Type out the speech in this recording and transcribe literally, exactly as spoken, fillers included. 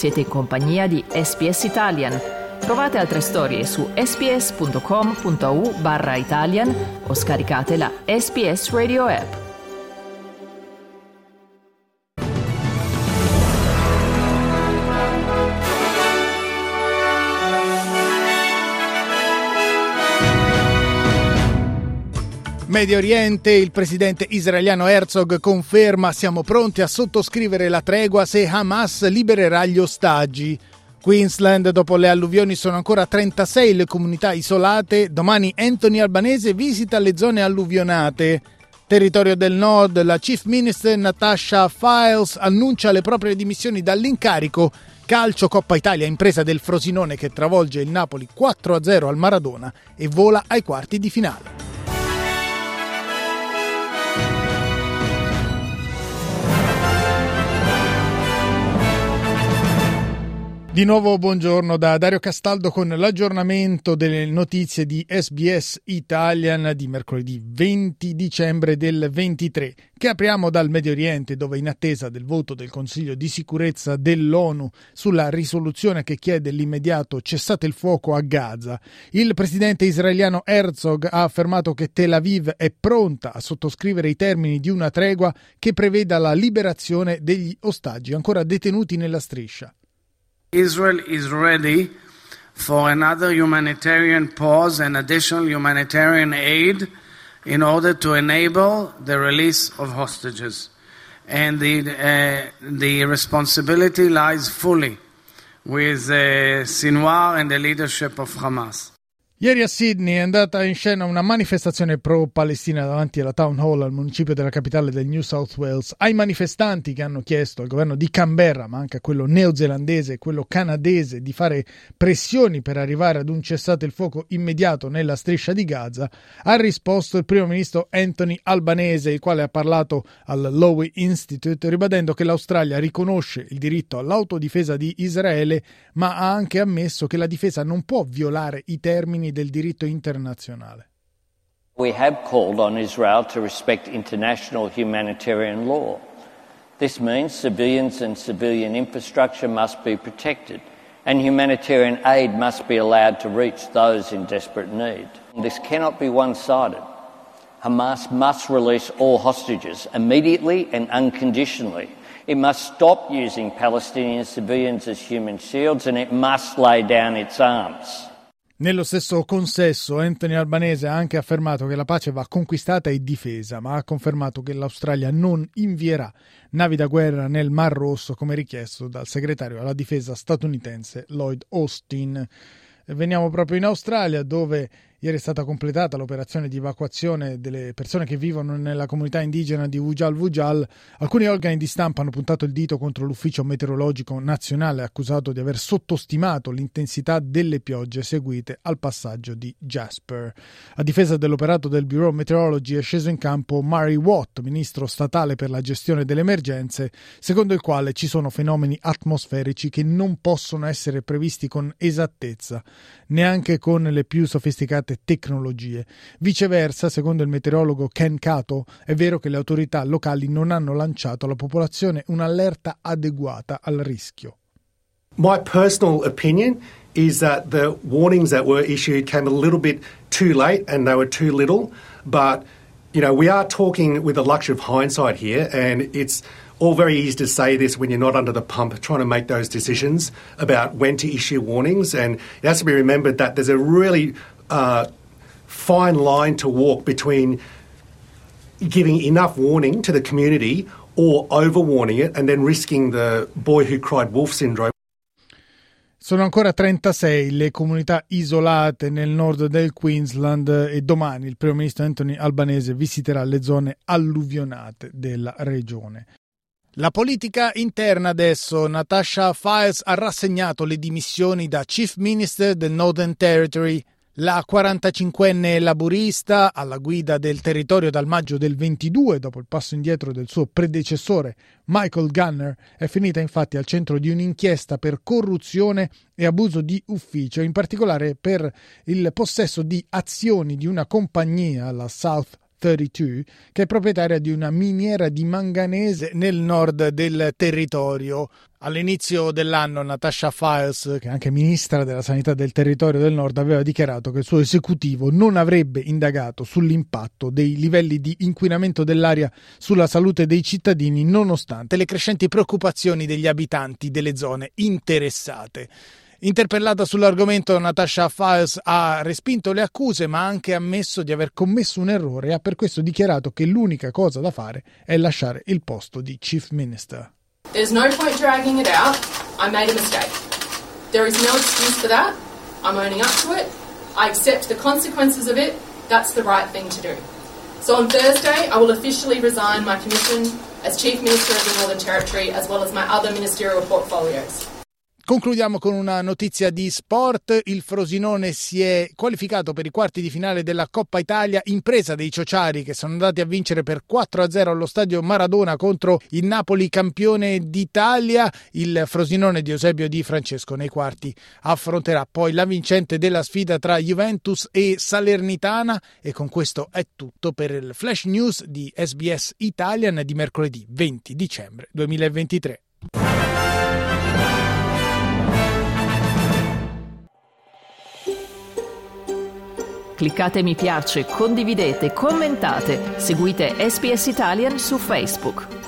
Siete in compagnia di S B S Italian. Trovate altre storie su sbs.com.au barra Italian o scaricate la S B S Radio app. Medio Oriente, il presidente israeliano Herzog conferma: siamo pronti a sottoscrivere la tregua se Hamas libererà gli ostaggi. Queensland, dopo le alluvioni sono ancora trentasei le comunità isolate. Domani Anthony Albanese visita le zone alluvionate. Territorio del Nord, la Chief Minister Natasha Fyles annuncia le proprie dimissioni dall'incarico. Calcio, Coppa Italia, impresa del Frosinone che travolge il Napoli quattro a zero al Maradona e vola ai quarti di finale. Di nuovo buongiorno da Dario Castaldo con l'aggiornamento delle notizie di S B S Italian di mercoledì venti dicembre del ventitré, che apriamo dal Medio Oriente, dove in attesa del voto del Consiglio di sicurezza dell'ONU sulla risoluzione che chiede l'immediato cessate il fuoco a Gaza, il presidente israeliano Herzog ha affermato che Tel Aviv è pronta a sottoscrivere i termini di una tregua che preveda la liberazione degli ostaggi ancora detenuti nella striscia. Israel is ready for another humanitarian pause and additional humanitarian aid in order to enable the release of hostages. And the, uh, the responsibility lies fully with uh, Sinwar and the leadership of Hamas. Ieri a Sydney è andata in scena una manifestazione pro-Palestina davanti alla Town Hall al municipio della capitale del New South Wales. Ai manifestanti che hanno chiesto al governo di Canberra, ma anche a quello neozelandese e quello canadese, di fare pressioni per arrivare ad un cessate il fuoco immediato nella striscia di Gaza, ha risposto il primo ministro Anthony Albanese, il quale ha parlato al Lowy Institute ribadendo che l'Australia riconosce il diritto all'autodifesa di Israele, ma ha anche ammesso che la difesa non può violare i termini del diritto internazionale. We have called on Israel to respect international humanitarian law. This means civilians and civilian infrastructure must be protected and humanitarian aid must be allowed to reach those in desperate need. This cannot be one-sided. Hamas must release all hostages immediately and unconditionally. It must stop using Palestinian civilians as human shields and it must lay down its arms. Nello stesso consesso, Anthony Albanese ha anche affermato che la pace va conquistata e difesa, ma ha confermato che l'Australia non invierà navi da guerra nel Mar Rosso come richiesto dal segretario alla difesa statunitense Lloyd Austin. Veniamo proprio in Australia, dove ieri è stata completata l'operazione di evacuazione delle persone che vivono nella comunità indigena di Wujal Wujal. Alcuni organi di stampa hanno puntato il dito contro l'Ufficio Meteorologico Nazionale, accusato di aver sottostimato l'intensità delle piogge seguite al passaggio di Jasper. A difesa dell'operato del Bureau Meteorology è sceso in campo Murray Watt, ministro statale per la gestione delle emergenze, secondo il quale ci sono fenomeni atmosferici che non possono essere previsti con esattezza, neanche con le più sofisticate tecnologie. Viceversa, secondo il meteorologo Ken Cato, è vero che le autorità locali non hanno lanciato alla popolazione un'allerta adeguata al rischio. My personal opinion is that the warnings that were issued came a little bit too late and they were too little, but you know, we are talking with the luxury of hindsight here, and it's all very easy to say this when you're not under the pump trying to make those decisions about when to issue warnings, and it has to be remembered that there's a really uh, fine line to walk between giving enough warning to the community or overwarning it and then risking the boy who cried wolf syndrome. Sono ancora trentasei le comunità isolate nel nord del Queensland e domani il primo ministro Anthony Albanese visiterà le zone alluvionate della regione. La politica interna adesso. Natasha Fyles ha rassegnato le dimissioni da Chief Minister del Northern Territory. La quarantacinquenne laburista, alla guida del territorio dal maggio del ventidue, dopo il passo indietro del suo predecessore Michael Gunner, è finita infatti al centro di un'inchiesta per corruzione e abuso di ufficio, in particolare per il possesso di azioni di una compagnia, la South trentadue, che è proprietaria di una miniera di manganese nel nord del territorio. All'inizio dell'anno Natasha Fyles, che è anche ministra della sanità del territorio del nord, aveva dichiarato che il suo esecutivo non avrebbe indagato sull'impatto dei livelli di inquinamento dell'aria sulla salute dei cittadini, nonostante le crescenti preoccupazioni degli abitanti delle zone interessate. Interpellata sull'argomento, Natasha Fyles ha respinto le accuse, ma ha anche ammesso di aver commesso un errore e ha per questo dichiarato che l'unica cosa da fare è lasciare il posto di Chief Minister. There's no point dragging it out. I made a mistake. There is no excuse for that. I'm owning up to it. I accept the consequences of it. That's the right thing to do. So on Thursday, I will officially resign my commission as Chief Minister of the Northern Territory, as well as my other ministerial portfolios. Concludiamo con una notizia di sport. Il Frosinone si è qualificato per i quarti di finale della Coppa Italia, impresa dei ciociari che sono andati a vincere per quattro a zero allo stadio Maradona contro il Napoli campione d'Italia. Il Frosinone di Eusebio Di Francesco nei quarti affronterà poi la vincente della sfida tra Juventus e Salernitana. E con questo è tutto per il Flash News di S B S Italian di mercoledì venti dicembre duemilaventitré. Cliccate mi piace, condividete, commentate, seguite S B S Italian su Facebook.